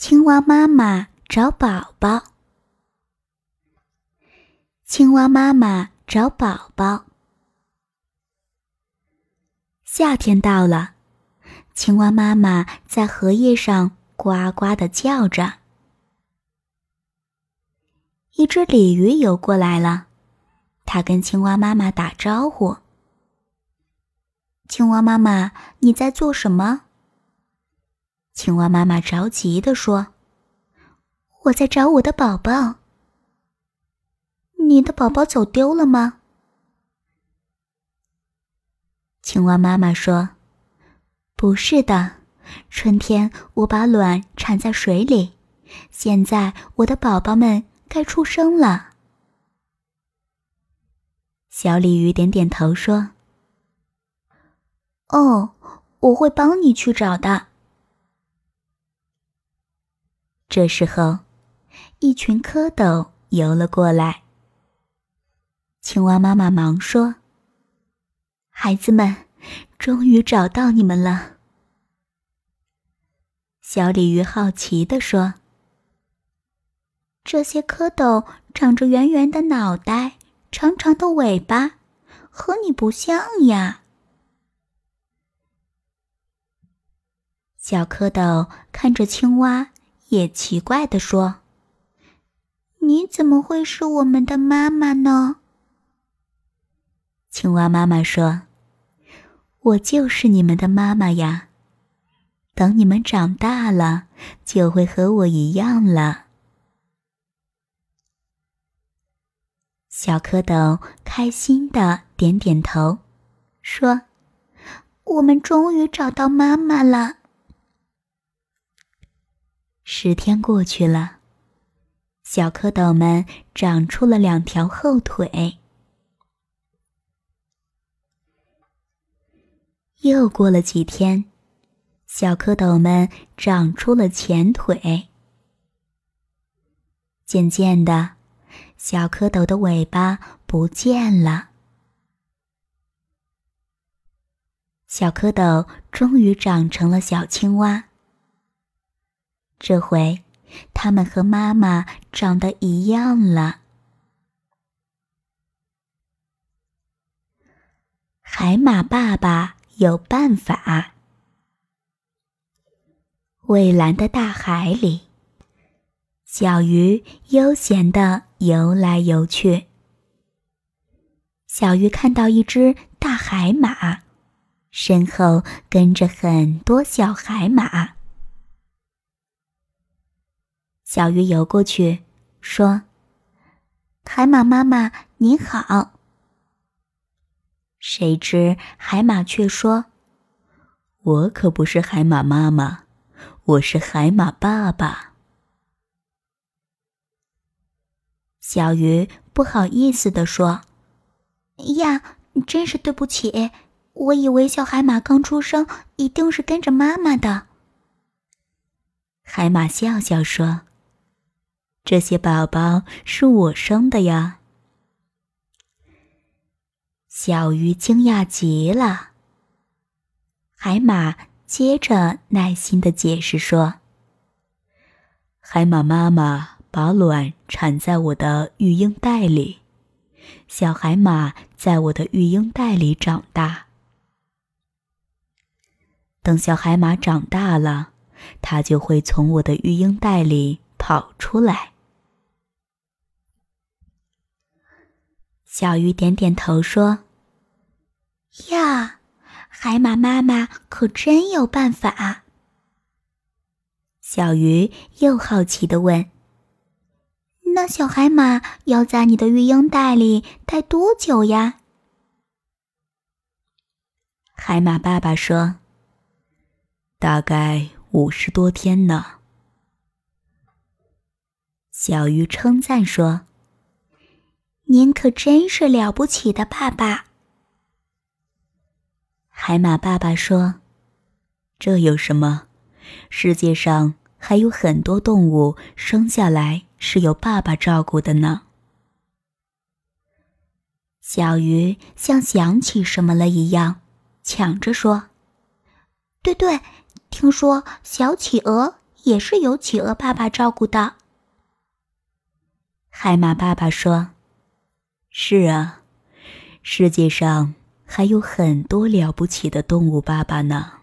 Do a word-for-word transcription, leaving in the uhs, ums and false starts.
青蛙妈妈找宝宝。青蛙妈妈找宝宝。夏天到了，青蛙妈妈在荷叶上呱呱地叫着。一只鲤鱼游过来了，它跟青蛙妈妈打招呼：“青蛙妈妈，你在做什么？”青蛙妈妈着急地说：“我在找我的宝宝。”“你的宝宝走丢了吗？”青蛙妈妈说：“不是的，春天我把卵产在水里，现在我的宝宝们该出生了。”小鲤鱼点点头说：“哦，我会帮你去找的。”这时候，一群蝌蚪游了过来。青蛙妈妈忙说：“孩子们，终于找到你们了。”小鲤鱼好奇地说：“这些蝌蚪长着圆圆的脑袋，长长的尾巴，和你不像呀。”小蝌蚪看着青蛙，也奇怪地说：“你怎么会是我们的妈妈呢？”青蛙妈妈说：“我就是你们的妈妈呀，等你们长大了，就会和我一样了。”小蝌蚪开心地点点头，说：“我们终于找到妈妈了。”十天过去了，小蝌蚪们长出了两条后腿。又过了几天，小蝌蚪们长出了前腿。渐渐的，小蝌蚪的尾巴不见了。小蝌蚪终于长成了小青蛙。这回，它们和妈妈长得一样了。海马爸爸有办法。蔚蓝的大海里，小鱼悠闲地游来游去。小鱼看到一只大海马，身后跟着很多小海马。小鱼游过去，说：“海马妈妈，您好。”谁知海马却说：“我可不是海马妈妈，我是海马爸爸。”小鱼不好意思地说：“呀，真是对不起，我以为小海马刚出生，一定是跟着妈妈的。”海马笑笑说：“这些宝宝是我生的呀。”小鱼惊讶极了。海马接着耐心地解释说：“海马妈妈把卵产在我的育婴袋里，小海马在我的育婴袋里长大。等小海马长大了，它就会从我的育婴袋里跑出来。”小鱼点点头说：“呀，海马妈妈可真有办法。”小鱼又好奇地问：“那小海马要在你的育婴袋里待多久呀？”海马爸爸说：“大概五十多天呢。”小鱼称赞说：“您可真是了不起的爸爸。”海马爸爸说：“这有什么？世界上还有很多动物生下来是由爸爸照顾的呢。”小鱼像想起什么了一样，抢着说：“对对，听说小企鹅也是由企鹅爸爸照顾的。 海马爸爸说：是啊，世界上还有很多了不起的动物爸爸呢。